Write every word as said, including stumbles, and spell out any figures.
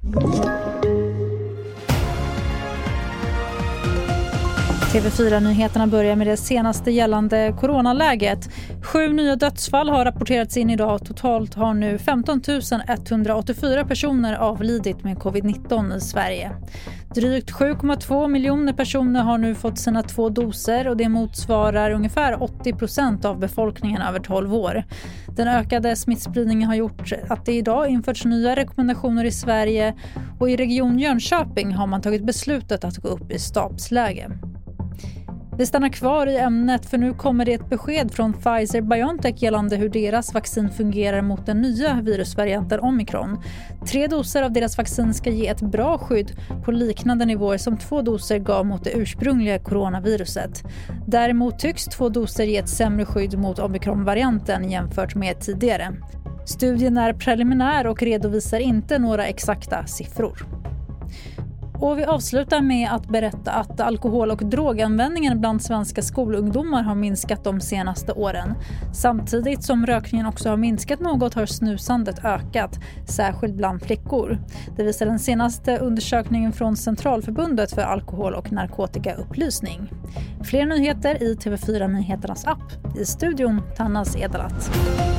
T V fyra-nyheterna börjar med det senaste gällande coronaläget. Sju nya dödsfall har rapporterats in idag. Totalt har nu femton tusen etthundraåttiofyra personer avlidit med covid nitton i Sverige. Drygt sju komma två miljoner personer har nu fått sina två doser och det motsvarar ungefär åttio procent av befolkningen över tolv år. Den ökade smittspridningen har gjort att det idag införts nya rekommendationer i Sverige och i region Jönköping har man tagit beslutet att gå upp i stabsläge. Vi stannar kvar i ämnet för nu kommer det ett besked från Pfizer-BioNTech gällande hur deras vaccin fungerar mot den nya virusvarianten Omicron. Tre doser av deras vaccin ska ge ett bra skydd på liknande nivåer som två doser gav mot det ursprungliga coronaviruset. Däremot tycks två doser ge ett sämre skydd mot Omicron-varianten jämfört med tidigare. Studien är preliminär och redovisar inte några exakta siffror. Och vi avslutar med att berätta att alkohol- och droganvändningen bland svenska skolungdomar har minskat de senaste åren. Samtidigt som rökningen också har minskat något har snusandet ökat, särskilt bland flickor. Det visar den senaste undersökningen från Centralförbundet för alkohol- och narkotikaupplysning. Fler nyheter i T V fyra-nyheternas app. I studion Tannas Edalat.